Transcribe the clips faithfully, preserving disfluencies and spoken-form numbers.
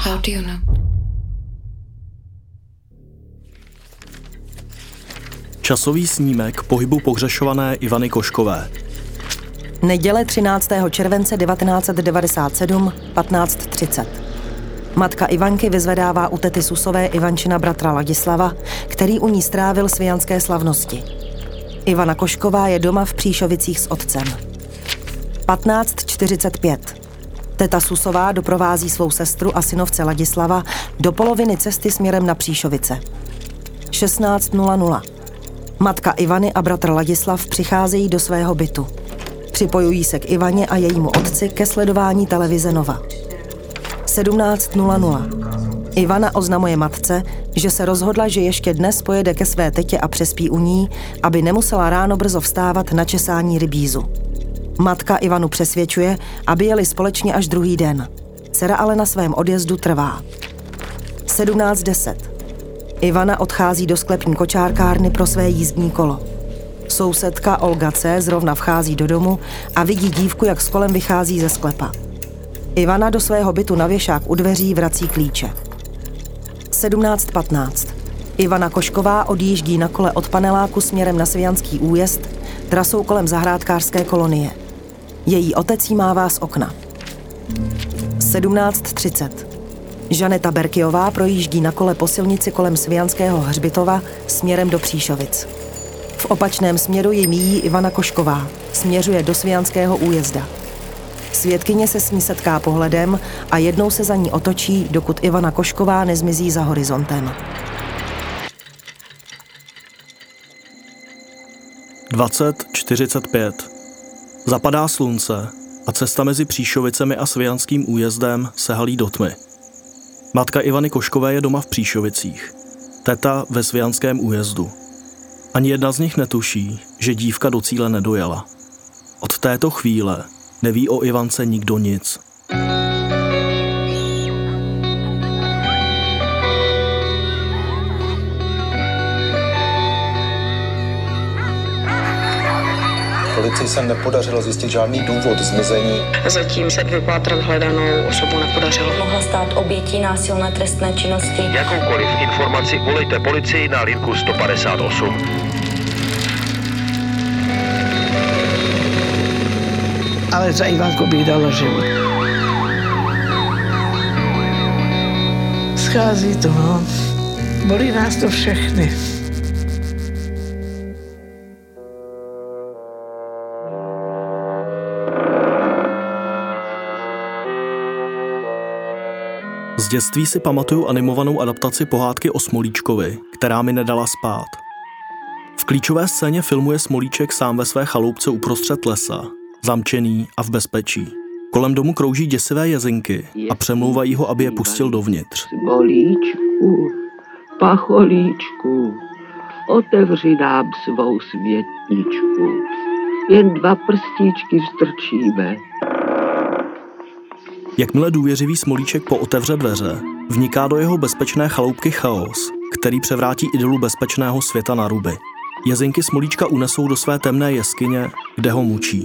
How do you know? Časový snímek pohybu pohřešované Ivany Koškové. Neděle třináctého července devatenáct set devadesát sedm, patnáct třicet. Matka Ivanky vyzvedává u tety Susové Ivančina bratra Ladislava, který u ní strávil svijanské slavnosti. Ivana Košková je doma v Příšovicích s otcem. patnáct čtyřicet pět. Teta Susová doprovází svou sestru a synovce Ladislava do poloviny cesty směrem na Příšovice. šestnáct nula nula. Matka Ivany a bratr Ladislav přicházejí do svého bytu. Připojují se k Ivaně a jejímu otci ke sledování televize Nova. sedmnáct nula nula. Ivana oznamuje matce, že se rozhodla, že ještě dnes pojede ke své tetě a přespí u ní, aby nemusela ráno brzo vstávat na česání rybízu. Matka Ivanu přesvědčuje, aby jeli společně až druhý den. Dcera ale na svém odjezdu trvá. sedmnáct deset. Ivana odchází do sklepní kočárkárny pro své jízdní kolo. Sousedka Olga C. zrovna vchází do domu a vidí dívku, jak s kolem vychází ze sklepa. Ivana do svého bytu na věšák u dveří vrací klíče. sedmnáct patnáct. Ivana Košková odjíždí na kole od paneláku směrem na Svijanský újezd, trasou kolem zahrádkářské kolonie. Její otec jí mává z okna. sedmnáct třicet. Žaneta Berkyová projíždí na kole po silnici kolem Svijanského hřbitova směrem do Příšovic. V opačném směru ji míjí Ivana Košková, směřuje do Svijanského újezda. Svědkyně se s ní setká pohledem a jednou se za ní otočí, dokud Ivana Košková nezmizí za horizontem. dvacet čtyřicet pět. Zapadá slunce a cesta mezi Příšovicemi a Svijanským újezdem se halí do tmy. Matka Ivany Koškové je doma v Příšovicích, teta ve Svijanském újezdu. Ani jedna z nich netuší, že dívka do cíle nedojela. Od této chvíle neví o Ivance nikdo nic. Policii se nepodařilo zjistit žádný důvod zmizení. Zatím se vypátrat hledanou osobu nepodařilo. Mohla stát obětí násilné trestné činnosti. Jakoukoliv informaci volejte policii na linku sto padesát osm. Ale za Ivanku bych dala život. Schází to, no. Bolí nás to všechny. Z dětství si pamatuju animovanou adaptaci pohádky o Smolíčkovi, která mi nedala spát. V klíčové scéně filmuje Smolíček sám ve své chaloupce uprostřed lesa, zamčený a v bezpečí. Kolem domu krouží děsivé jezinky a přemlouvají ho, aby je pustil dovnitř. Smolíčku, pacholíčku, otevři nám svou světničku. Jen dva prstíčky vstrčíme. Jakmile důvěřivý Smolíček pootevře dveře, vniká do jeho bezpečné chaloupky chaos, který převrátí idylu bezpečného světa na ruby. Jezinky Smolíčka unesou do své temné jeskyně, kde ho mučí.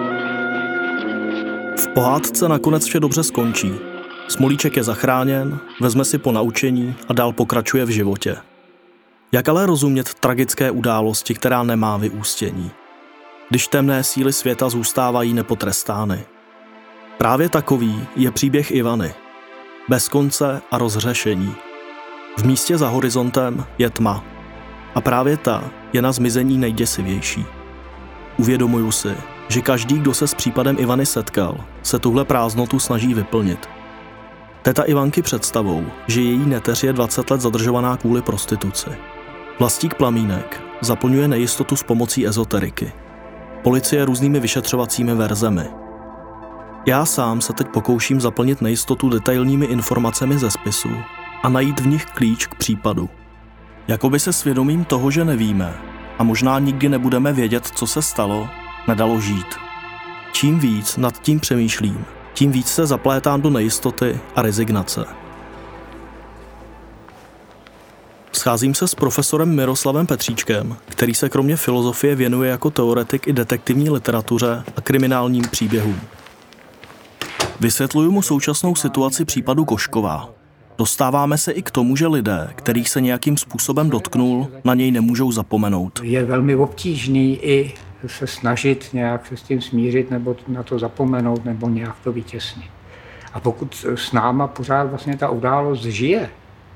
V pohádce nakonec vše dobře skončí. Smolíček je zachráněn, vezme si po naučení a dál pokračuje v životě. Jak ale rozumět tragické události, která nemá vyústění, když temné síly světa zůstávají nepotrestány? Právě takový je příběh Ivany. Bez konce a rozhřešení. V místě za horizontem je tma. A právě ta je na zmizení nejděsivější. Uvědomuju si, že každý, kdo se s případem Ivany setkal, se tuhle prázdnotu snaží vyplnit. Teta Ivanky představou, že její neteř je dvacet let zadržovaná kvůli prostituci. Vlastík Plamínek zaplňuje nejistotu s pomocí ezoteriky. Policie různými vyšetřovacími verzemi. Já sám se teď pokouším zaplnit nejistotu detailními informacemi ze spisu a najít v nich klíč k případu. Jakoby se svědomím toho, že nevíme a možná nikdy nebudeme vědět, co se stalo, nedalo žít. Čím víc nad tím přemýšlím, tím víc se zaplétám do nejistoty a rezignace. Scházím se s profesorem Miroslavem Petříčkem, který se kromě filozofie věnuje jako teoretik i detektivní literatuře a kriminálním příběhům. Vysvětluju mu současnou situaci případu Košková Dostáváme se i k tomu, že lidé, kterých se nějakým způsobem dotknul, na něj nemůžou zapomenout. Je velmi obtížný i se snažit nějak se s tím smířit nebo na to zapomenout nebo nějak to vytěsnit. A pokud s náma pořád vlastně ta událost žije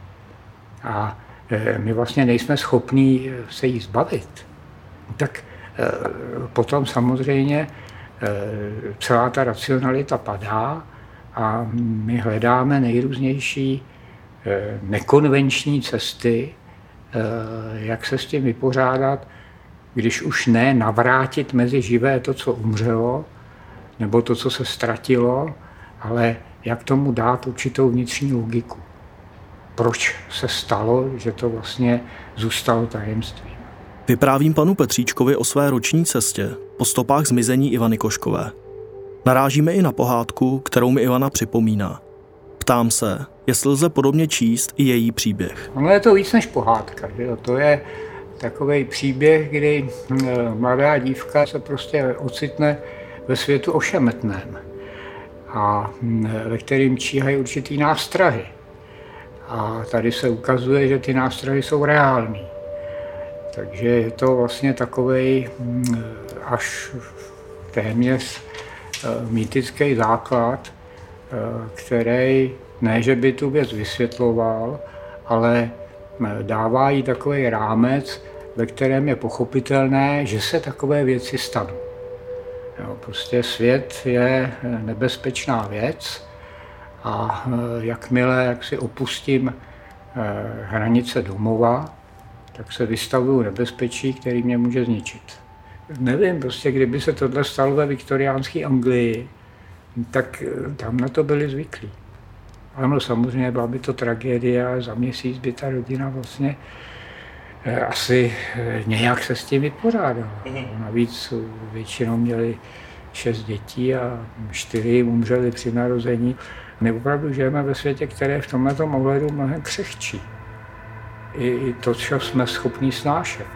a my vlastně nejsme schopní se jí zbavit, tak potom samozřejmě celá ta racionalita padá a my hledáme nejrůznější nekonvenční cesty, jak se s tím vypořádat, když už ne navrátit mezi živé to, co umřelo, nebo to, co se ztratilo, ale jak tomu dát určitou vnitřní logiku. Proč se stalo, že to vlastně zůstalo tajemstvím. Vyprávím panu Petříčkovi o své roční cestě po stopách zmizení Ivany Koškové. Narážíme i na pohádku, kterou mi Ivana připomíná. Ptám se, jestli lze podobně číst i její příběh. Ono je to víc než pohádka. Že jo? To je takový příběh, kdy mladá dívka se prostě ocitne ve světu ošemetném a ve kterým číhají určitý nástrahy. A tady se ukazuje, že ty nástrahy jsou reální. Takže je to vlastně takovej až téměř mýtický základ, který ne, že by tu věc vysvětloval, ale dává jí takový rámec, ve kterém je pochopitelné, že se takové věci stanou. Jo, prostě svět je nebezpečná věc a jakmile jak si opustím hranice domova, tak se vystavuju nebezpečí, který mě může zničit. Nevím, prostě kdyby se tohle stalo ve viktoriánské Anglii, tak tam na to byli zvyklí. Ano, samozřejmě byla by to tragédie a za měsíc by ta rodina vlastně asi nějak se s tím vypořádala. Navíc většinou měli šest dětí a čtyři jim umřeli při narození. My opravdu žijeme ve světě, které je v tomto ohledu mnohem křehčí. I, i to, co jsme schopni snášet.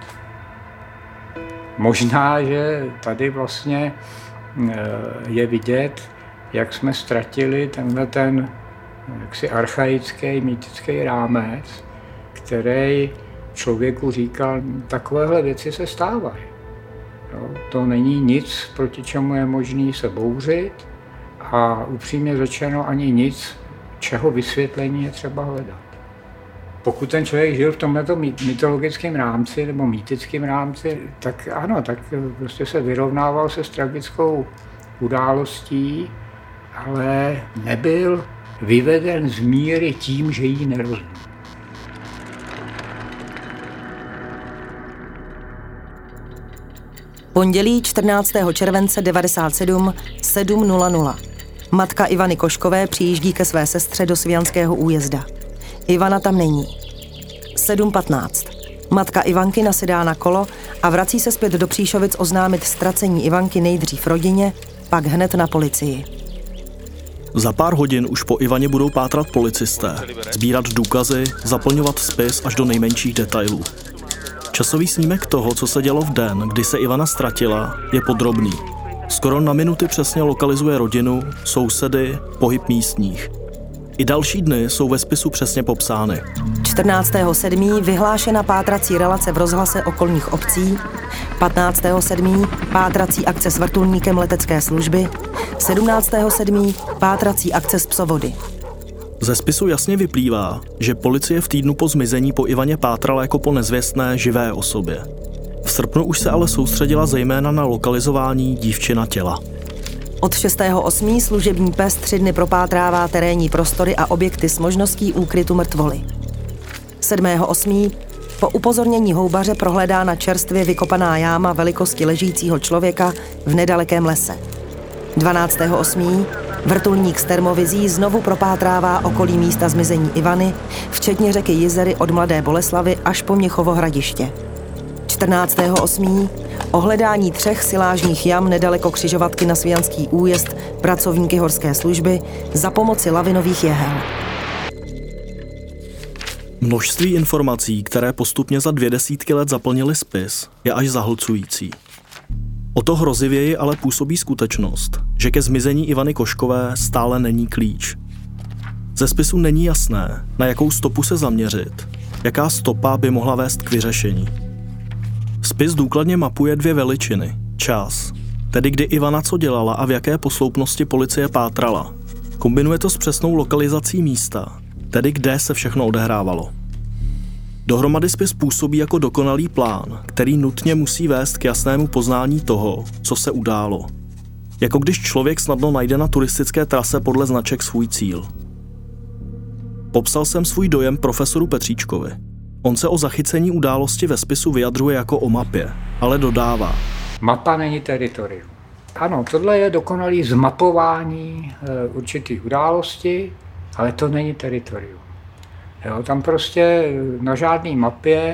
Možná, že tady vlastně je vidět, jak jsme ztratili tenhle ten jaksi archaický, mýtický rámec, který člověku říkal, takovéhle věci se stávají. Jo, to není nic, proti čemu je možné se bouřit a upřímně řečeno ani nic, čeho vysvětlení je třeba hledat. Pokud ten člověk žil v tomto mytologickém rámci nebo mýtickém rámci, tak ano, tak prostě se vyrovnával se s tragickou událostí, ale nebyl vyveden z míry tím, že jí nerozumí. Pondělí čtrnáctého července devadesát sedm, sedm nula nula. Matka Ivany Koškové přijíždí ke své sestře do Svijanského újezda. Ivana tam není. sedm patnáct. Matka Ivanky nasedá na kolo a vrací se zpět do Příšovic oznámit ztracení Ivanky nejdřív rodině, pak hned na policii. Za pár hodin už po Ivaně budou pátrat policisté, sbírat důkazy, zaplňovat spis až do nejmenších detailů. Časový snímek toho, co se dělo v den, kdy se Ivana ztratila, je podrobný. Skoro na minuty přesně lokalizuje rodinu, sousedy, pohyb místních. I další dny jsou ve spisu přesně popsány. čtrnáctého sedmého vyhlášena pátrací relace v rozhlase okolních obcí, patnáctého sedmého pátrací akce s vrtulníkem letecké služby, sedmnáctého sedmého pátrací akce z psovody. Ze spisu jasně vyplývá, že policie v týdnu po zmizení po Ivaně pátrala jako po nezvěstné živé osobě. V srpnu už se ale soustředila zejména na lokalizování dívčina těla. Od šestého osmého služební pes tři dny propátrává terénní prostory a objekty s možností úkrytu mrtvoly. sedmého osmého po upozornění houbaře prohledána čerstvě vykopaná jáma velikosti ležícího člověka v nedalekém lese. dvanáctého osmého vrtulník s termovizí znovu propátrává okolí místa zmizení Ivany, včetně řeky Jizery od Mladé Boleslavy až po Mnichovo Hradiště. čtrnáctého osmého ohledání třech silážních jam nedaleko křižovatky na Svijanský újezd pracovníky horské služby za pomoci lavinových jehel. Množství informací, které postupně za dvě desítky let zaplnily spis, je až zahlcující. O to hrozivěji ale působí skutečnost, že ke zmizení Ivany Koškové stále není klíč. Ze spisu není jasné, na jakou stopu se zaměřit, jaká stopa by mohla vést k vyřešení. Spis důkladně mapuje dvě veličiny. Čas, tedy kdy Ivana co dělala a v jaké posloupnosti policie pátrala. Kombinuje to s přesnou lokalizací místa, tedy kde se všechno odehrávalo. Dohromady spis působí jako dokonalý plán, který nutně musí vést k jasnému poznání toho, co se událo. Jako když člověk snadno najde na turistické trase podle značek svůj cíl. Popsal jsem svůj dojem profesoru Petříčkovi. On se o zachycení události ve spisu vyjadřuje jako o mapě, ale dodává. Mapa není teritorium. Ano, tohle je dokonalý zmapování e, určitých událostí, ale to není teritorium. Jo, tam prostě na žádné mapě e,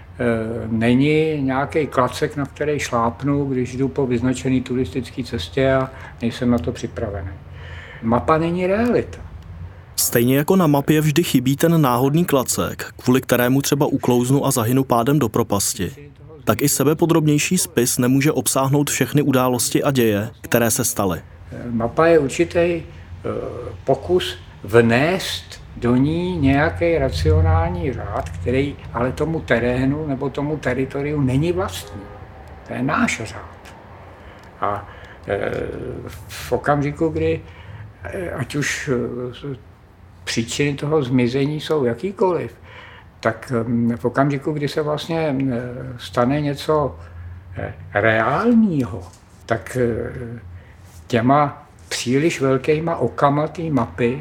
není nějaký klacek, na který šlápnu, když jdu po vyznačené turistické cestě a nejsem na to připravený. Mapa není realita. Stejně jako na mapě vždy chybí ten náhodný klacek, kvůli kterému třeba uklouznu a zahynu pádem do propasti, tak i sebepodrobnější spis nemůže obsáhnout všechny události a děje, které se staly. Mapa je určitý pokus vnést do ní nějaký racionální řád, který ale tomu terénu nebo tomu teritoriu není vlastní. To je náš řád. A v okamžiku, kdy ať už příčiny toho zmizení jsou jakýkoliv, tak v okamžiku, kdy se vlastně stane něco reálního, tak těma příliš velkýma okama té mapy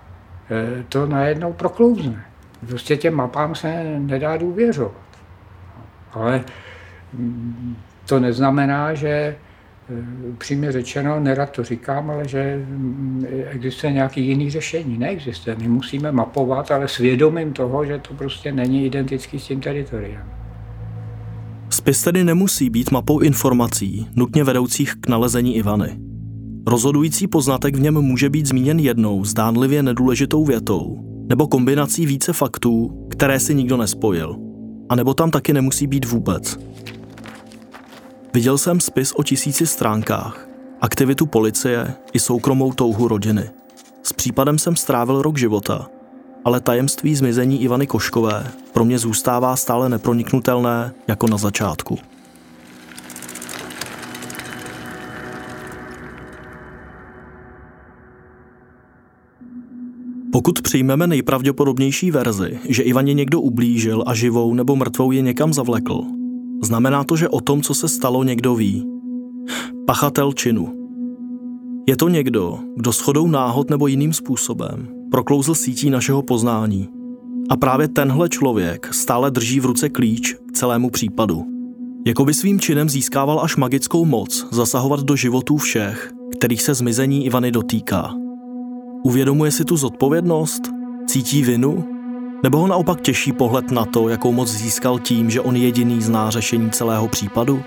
to najednou proklouzne. Prostě těm mapám se nedá důvěřovat. Ale to neznamená, že upřímně řečeno, nerad to říkám, ale že existuje nějaký jiný řešení. Neexistuje. My musíme mapovat, ale svědomím toho, že to prostě není identický s tím teritoriem. Spis tedy nemusí být mapou informací, nutně vedoucích k nalezení Ivany. Rozhodující poznatek v něm může být zmíněn jednou zdánlivě nedůležitou větou, nebo kombinací více faktů, které si nikdo nespojil. A nebo tam taky nemusí být vůbec. Viděl jsem spis o tisíci stránkách, aktivitu policie i soukromou touhu rodiny. S případem jsem strávil rok života, ale tajemství zmizení Ivany Koškové pro mě zůstává stále neproniknutelné jako na začátku. Pokud přijmeme nejpravděpodobnější verzi, že Ivaně někdo ublížil a živou nebo mrtvou je někam zavlekl, znamená to, že o tom, co se stalo, někdo ví. Pachatel činu. Je to někdo, kdo shodou náhod nebo jiným způsobem proklouzl sítí našeho poznání. A právě tenhle člověk stále drží v ruce klíč k celému případu. Jakoby svým činem získával až magickou moc zasahovat do životů všech, kterých se zmizení Ivany dotýká. Uvědomuje si tu zodpovědnost? Cítí vinu? Nebo ho naopak těší pohled na to, jakou moc získal tím, že on jediný zná řešení celého případu?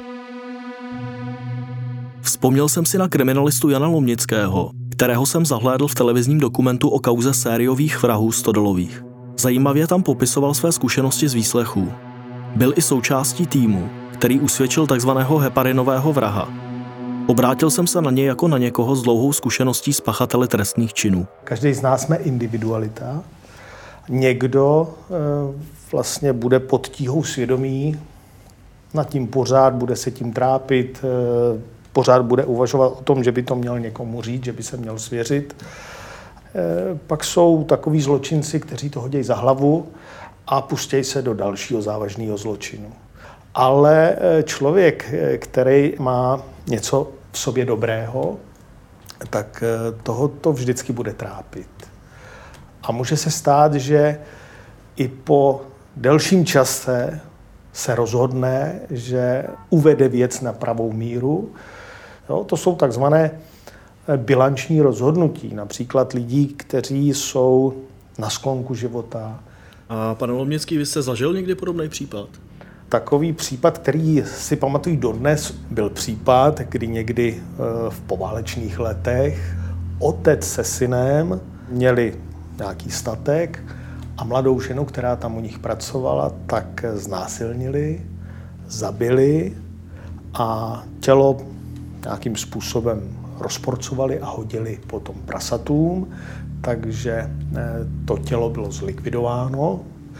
Vzpomněl jsem si na kriminalistu Jana Lomnického, kterého jsem zahlédl v televizním dokumentu o kauze sériových vrahů Stodolových. Zajímavě tam popisoval své zkušenosti z výslechů. Byl i součástí týmu, který usvědčil takzvaného heparinového vraha. Obrátil jsem se na něj jako na někoho s dlouhou zkušeností s pachateli trestných činů. Každý z nás jsme individualita. Někdo e, vlastně bude pod tíhou svědomí, nad tím pořád bude se tím trápit, e, pořád bude uvažovat o tom, že by to měl někomu říct, že by se měl svěřit. E, pak jsou takoví zločinci, kteří to hodí za hlavu a pustějí se do dalšího závažného zločinu. Ale člověk, který má něco v sobě dobrého, tak toho to vždycky bude trápit. A může se stát, že i po delším čase se rozhodne, že uvede věc na pravou míru. Jo, to jsou takzvané bilanční rozhodnutí, například lidí, kteří jsou na sklonku života. A pane Lomnický, vy jste zažil někdy podobný případ? Takový případ, který si pamatuju dodnes, byl případ, kdy někdy v poválečných letech otec se synem měli nějaký statek a mladou ženu, která tam u nich pracovala, tak znásilnili, zabili a tělo nějakým způsobem rozporcovali a hodili potom prasatům, takže to tělo bylo zlikvidováno.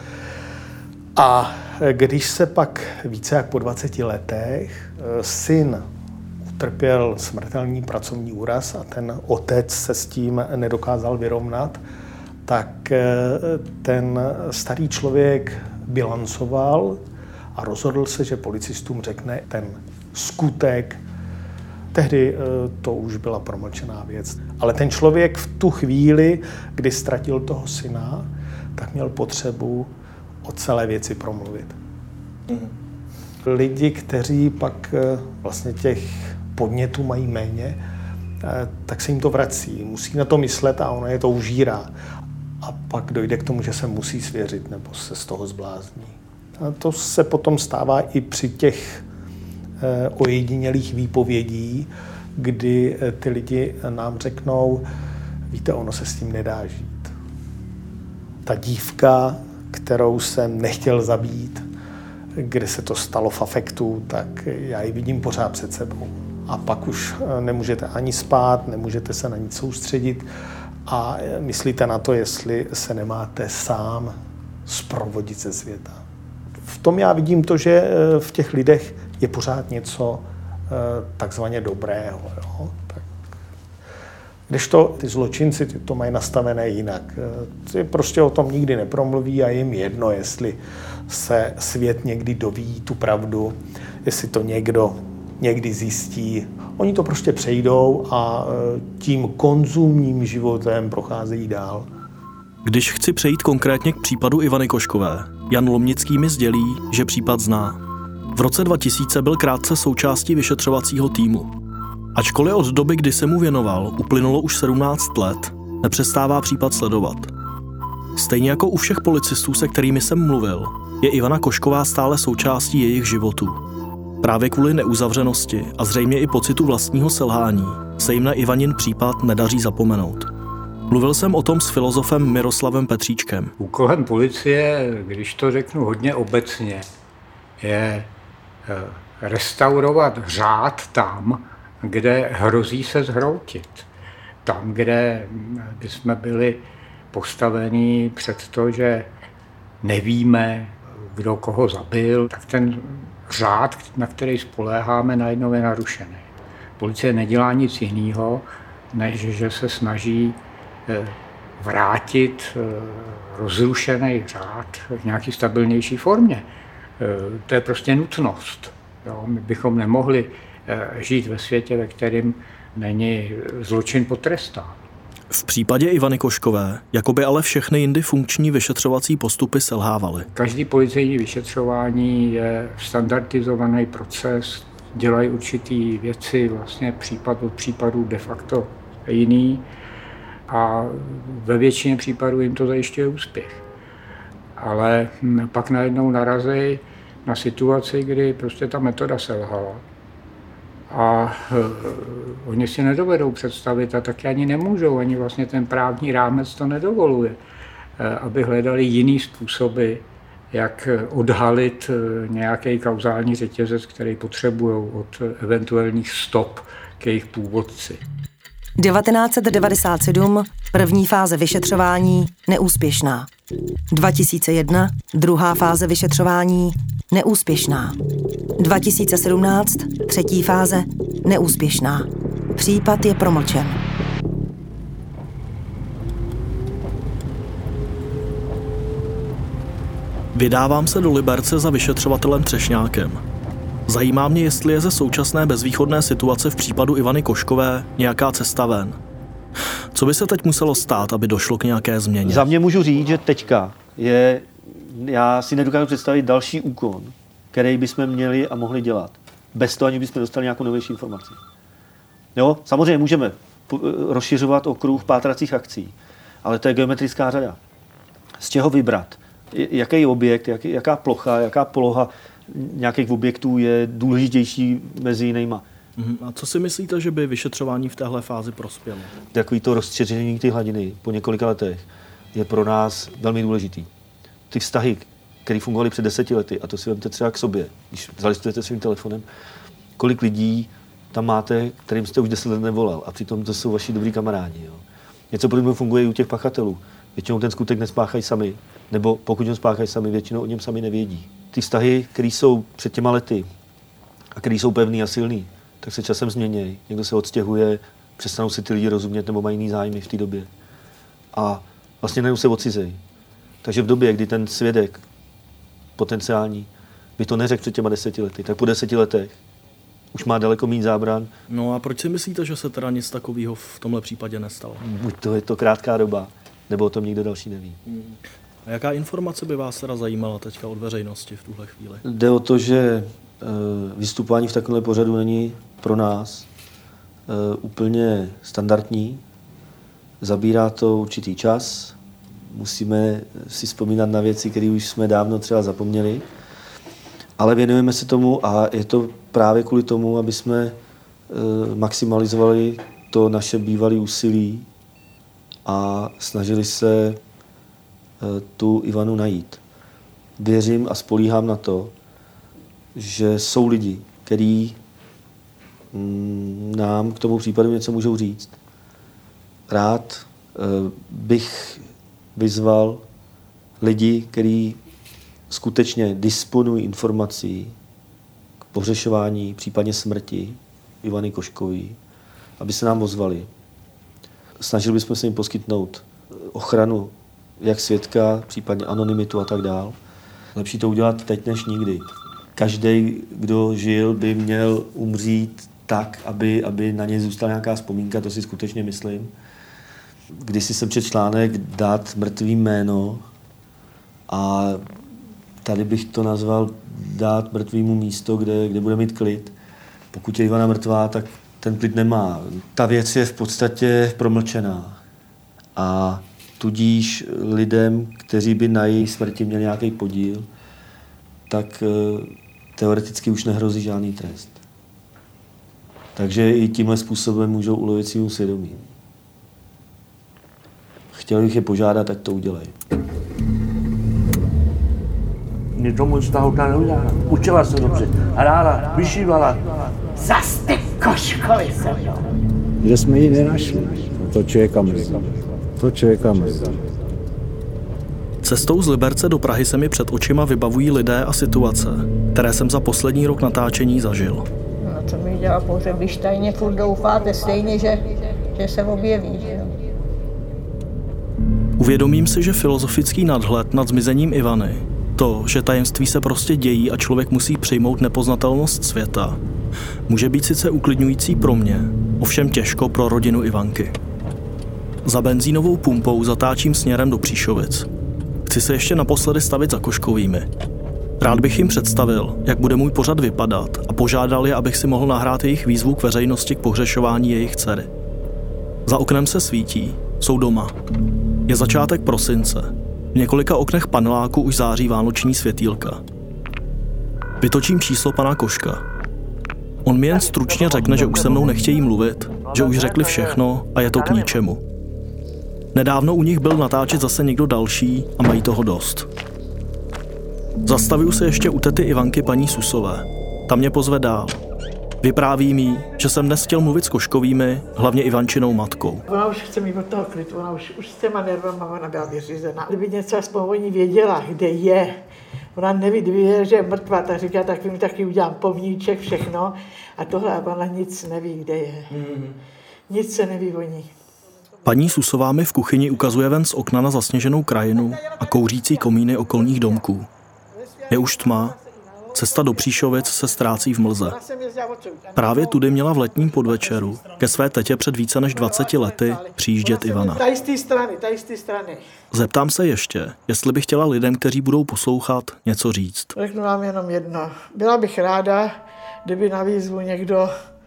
A když se pak více jak po dvaceti letech syn utrpěl smrtelný pracovní úraz a ten otec se s tím nedokázal vyrovnat, tak ten starý člověk bilancoval a rozhodl se, že policistům řekne ten skutek. Tehdy to už byla promlčená věc. Ale ten člověk v tu chvíli, kdy ztratil toho syna, tak měl potřebu o celé věci promluvit. Mm. Lidi, kteří pak vlastně těch podnětů mají méně, tak se jim to vrací. Musí na to myslet a ono je to užírá. A pak dojde k tomu, že se musí svěřit nebo se z toho zblázní. A to se potom stává i při těch ojedinělých výpovědí, kdy ty lidi nám řeknou, víte, ono se s tím nedá žít. Ta dívka, kterou jsem nechtěl zabít, kde se to stalo v afektu, tak já ji vidím pořád před sebou. A pak už nemůžete ani spát, nemůžete se na nic soustředit a myslíte na to, jestli se nemáte sám zprovodit ze světa. V tom já vidím to, že v těch lidech je pořád něco takzvaně dobrého. Jo? Tak. Kdežto ty zločinci ty to mají nastavené jinak. Ty prostě o tom nikdy nepromluví a jim jedno, jestli se svět někdy doví tu pravdu, jestli to někdo někdy zjistí. Oni to prostě přejdou a tím konzumním životem procházejí dál. Když chci přejít konkrétně k případu Ivany Koškové, Jan Lomnický mi sdělí, že případ zná. V roce dva tisíce byl krátce součástí vyšetřovacího týmu. Ačkoliv od doby, kdy se mu věnoval, uplynulo už sedmnáct let, nepřestává případ sledovat. Stejně jako u všech policistů, se kterými jsem mluvil, je Ivana Košková stále součástí jejich životů. Právě kvůli neuzavřenosti a zřejmě i pocitu vlastního selhání se jim na Ivanin případ nedaří zapomenout. Mluvil jsem o tom s filozofem Miroslavem Petříčkem. Úkolem policie, když to řeknu hodně obecně, je restaurovat řád tam, kde hrozí se zhroutit. Tam, kde bychom byli postaveni před to, že nevíme, kdo koho zabil, tak ten řád, na který spoléháme, najednou je narušený. Policie nedělá nic jiného, než že se snaží vrátit rozrušený řád v nějaké stabilnější formě. To je prostě nutnost. Jo? My bychom nemohli žít ve světě, ve kterém není zločin potrestán. V případě Ivany Koškové, jako by ale všechny jindy funkční vyšetřovací postupy selhávaly. Každý policejní vyšetřování je standardizovaný proces, dělají určitý věci, vlastně případ od případu de facto jiný a ve většině případů jim to zajišťuje úspěch. Ale pak najednou narazí na situaci, kdy prostě ta metoda selhala. A uh, oni si nedovedou představit a taky ani nemůžou, ani vlastně ten právní rámec to nedovoluje, uh, aby hledali jiný způsoby, jak odhalit uh, nějaký kauzální řetězec, který potřebují od eventuálních stop k jejich původci. devatenáct set devadesát sedm, první fáze vyšetřování, neúspěšná. dva tisíce jedna, druhá fáze vyšetřování, neúspěšná. dva tisíce sedmnáct, třetí fáze, neúspěšná. Případ je promlčen. Vydávám se do Liberce za vyšetřovatelem Třešňákem. Zajímá mě, jestli je ze současné bezvýchodné situace v případu Ivany Koškové nějaká cesta ven. Co by se teď muselo stát, aby došlo k nějaké změně? Za mě můžu říct, že teďka je, já si nedokážu představit další úkon, který bychom měli a mohli dělat. Bez toho, aniž bychom dostali nějakou novější informaci. Jo, samozřejmě můžeme rozšiřovat okruh pátracích akcí, ale to je geometrická řada. Z čeho vybrat? Jaký objekt, jak, jaká plocha, jaká poloha nějakých objektů je důležitější mezi jinýma. A co si myslíte, že by vyšetřování v téhle fázi prospělo? Takový to rozstřežení té hladiny po několika letech je pro nás velmi důležitý. Ty vztahy, které fungovaly před deseti lety, a to si vemte třeba k sobě, když zalistujete svým telefonem, kolik lidí tam máte, kterým jste už deset let nevolal a přitom to jsou vaši dobrý kamarádi. Jo. Něco podobného funguje i u těch pachatelů. Většinou ten skutek nespáchají sami, nebo pokud ho spáchají sami, většinou o něm sami nevědí. Ty vztahy, které jsou před těma lety a které jsou pevný a silný, tak se časem změní. Někdo se odstěhuje, přestanou si ty lidi rozumět nebo mají jiný zájmy v té době. A vlastně najednou se odcizejí. Takže v době, kdy ten svědek potenciální by to neřekl před těma deseti lety, tak po deseti letech už má daleko méně zábran. No a proč si myslíte, že se teda nic takového v tomhle případě nestalo? Buď to je to krátká doba, nebo o tom nikdo další neví. Hmm. A jaká informace by vás teda zajímala teďka od veřejnosti v tuhle chvíli? Jde o to, že vystupování v takovémhle pořadu není pro nás úplně standardní. Zabírá to určitý čas. Musíme si vzpomínat na věci, které už jsme dávno třeba zapomněli. Ale věnujeme se tomu a je to právě kvůli tomu, aby jsme maximalizovali to naše bývalé úsilí a snažili se tu Ivanu najít. Věřím a spolíhám na to, že jsou lidi, kteří nám k tomu případu něco můžou říct. Rád bych vyzval lidi, kteří skutečně disponují informací k pohřešování, případně smrti Ivany Koškové, aby se nám ozvali. Snažili bychom se jim poskytnout ochranu jak svědka, případně anonymitu a tak dál. Lepší to udělat teď než nikdy. Každý, kdo žil, by měl umřít tak, aby, aby na něj zůstala nějaká vzpomínka, to si skutečně myslím. Když jsem četl článek dát mrtvý jméno a tady bych to nazval dát mrtvýmu místo, kde, kde bude mít klid. Pokud je Ivana mrtvá, tak ten klid nemá. Ta věc je v podstatě promlčená. A tudíž lidem, kteří by na její smrti měli nějaký podíl, tak teoreticky už nehrozí žádný trest. Takže i tímhle způsobem můžou ulovit svým svědomím. Chtěl bych je požádat, ať to udělají. Mě tomu ta holka neudělala. Učila se dobře, hrála, vyšívala. Zas ty Koškovi se mnou. Že jsme ji nenašli. To člověka mrzí. To člověka mrzí. Cestou z Liberce do Prahy se mi před očima vybavují lidé a situace, které jsem za poslední rok natáčení zažil. No co mi dělá pohřeb, když tajně furt doufáte stejně, že, že se objeví, že jo? Uvědomím si, že filozofický nadhled nad zmizením Ivany, to, že tajemství se prostě dějí a člověk musí přijmout nepoznatelnost světa, může být sice uklidňující pro mě, ovšem těžko pro rodinu Ivanky. Za benzínovou pumpou zatáčím směrem do Příšovic. Chci se ještě naposledy stavit za Koškovými. Rád bych jim představil, jak bude můj pořad vypadat a požádal je, abych si mohl nahrát jejich výzvu k veřejnosti k pohřešování jejich dcery. Za oknem se svítí, jsou doma. Je začátek prosince. V několika oknech paneláku už září vánoční světýlka. Vytočím číslo pana Koška. On mi jen stručně řekne, že už se mnou nechtějí mluvit, že už řekli všechno a je to k ničemu. Nedávno u nich byl natáčet zase někdo další a mají toho dost. Zastavuju se ještě u tety Ivanky paní Susové. Ta mě pozve dál. Vypráví mi, že jsem dnes chtěl mluvit s Koškovými, hlavně Ivančinou matkou. Ona už chce mít od toho klid, ona už, už s těma nervama ona byla vyřízená. Kdyby něco aspoň o ní věděla, kde je, ona neví, kdyby je, že je mrtvá, tak říká, tak mi taky udělám pomníček, všechno. A tohle ona nic neví, kde je. Mm. Nic se neví o ní. Paní Susová mi v kuchyni ukazuje ven z okna na zasněženou krajinu a kouřící komíny okolních domků. Je už tma. Cesta do Příšovic se ztrácí v mlze. Právě tudy měla v letním podvečeru ke své tetě před více než dvaceti lety přijíždět Ivana. Tady z té strany, tady z té strany. Zeptám se ještě, jestli bych chtěla lidem, kteří budou poslouchat, něco říct. Řeknu vám jenom jedno. Byla bych ráda, kdyby na výzvu někdo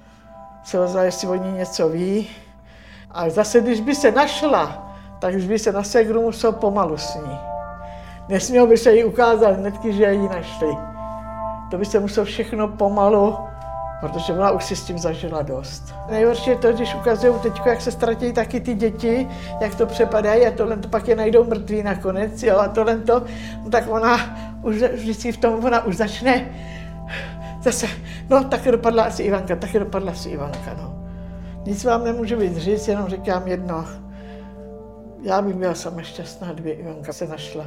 se ozval, jestli o ní něco ví. A zase, když by se našla, tak už by se na ségru musel pomalu s ní. Nesměl by se jí ukázat hnedky, že ji našli. To by se muselo všechno pomalu, protože ona už si s tím zažila dost. Nejhorší je to, když ukazují teď, jak se ztratí taky ty děti, jak to přepadají a tohle to pak je najdou mrtví nakonec, jo, a tohle to, no tak ona už vždycky v tom, ona už začne Zase, no taky dopadla asi Ivanka, taky dopadla asi Ivanka, no. Nic vám nemůžu víc říct, jenom říkám jedno. Já bych byla sama šťastná, kdyby Ivanka se našla.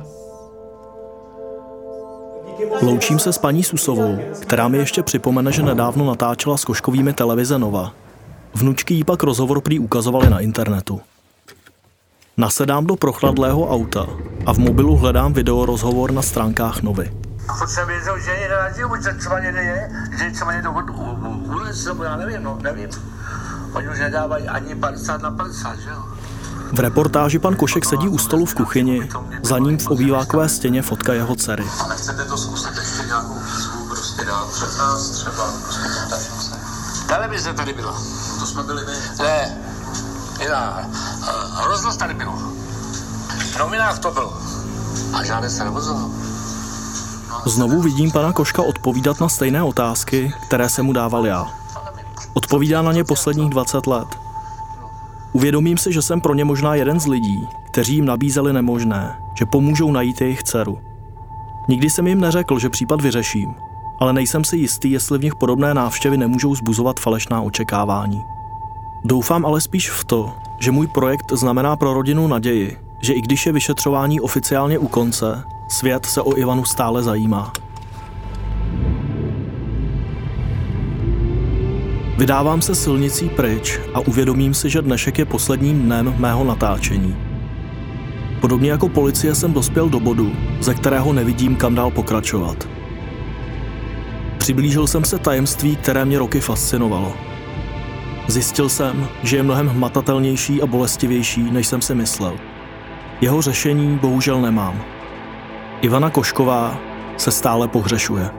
Loučím se s paní Susovou, která mi ještě připomene, že nedávno natáčela s Koškovými televize Nova. Vnučky jí pak rozhovor prý ukazovaly na internetu. Nasedám do prochladlého auta a v mobilu hledám videorozhovor na stránkách Novy. Furt jsem věděl, že je neradil, buď se třeba někde je, že třeba někdo unesl, já nevím, no, nevím. Oni už nedávají ani padesát na padesát, že jo? V reportáži pan Košek sedí u stolu v kuchyni, za ním v obývákové stěně fotka jeho dcery. A nechcete to zkusit ještě nějakou výzvu prostě dát před nás třeba? Prostě televize tady byla. To jsme byli my. Ne, jiná. Rozhlas tady bylo. V novinách to bylo. A žádné se nevozilo. Znovu vidím pana Koška odpovídat na stejné otázky, které jsem mu dával já. Odpovídá na ně posledních dvacet let. Uvědomím si, že jsem pro ně možná jeden z lidí, kteří jim nabízeli nemožné, že pomůžou najít jejich dceru. Nikdy jsem jim neřekl, že případ vyřeším, ale nejsem si jistý, jestli v nich podobné návštěvy nemůžou zbuzovat falešná očekávání. Doufám ale spíš v to, že můj projekt znamená pro rodinu naději, že i když je vyšetřování oficiálně u konce, svět se o Ivanu stále zajímá. Vydávám se silnicí pryč a uvědomím si, že dnešek je posledním dnem mého natáčení. Podobně jako policie jsem dospěl do bodu, ze kterého nevidím, kam dál pokračovat. Přiblížil jsem se tajemství, které mě roky fascinovalo. Zjistil jsem, že je mnohem hmatatelnější a bolestivější, než jsem si myslel. Jeho řešení bohužel nemám. Ivana Košková se stále pohřešuje.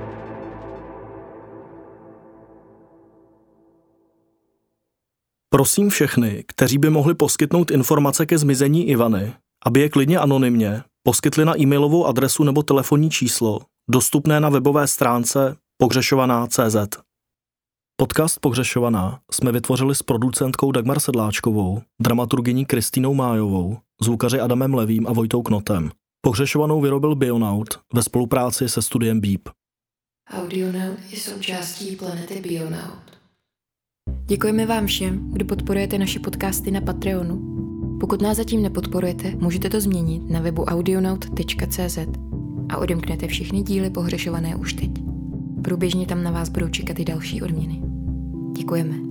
Prosím všechny, kteří by mohli poskytnout informace ke zmizení Ivany, aby je klidně anonymně poskytli na e-mailovou adresu nebo telefonní číslo, dostupné na webové stránce pohřešovaná tečka cé zet. Podcast Pohřešovaná jsme vytvořili s producentkou Dagmar Sedláčkovou, dramaturgyní Kristýnou Májovou, zvukaři Adamem Levým a Vojtou Knotem. Pohřešovanou vyrobil Bionaut ve spolupráci se studiem Beep. Audionaut je součástí planety Bionaut. Děkujeme vám všem, kdo podporujete naše podcasty na Patreonu. Pokud nás zatím nepodporujete, můžete to změnit na webu audionaut tečka cé zet a odemknete všechny díly Pohřešované už teď. Průběžně tam na vás budou čekat i další odměny. Děkujeme.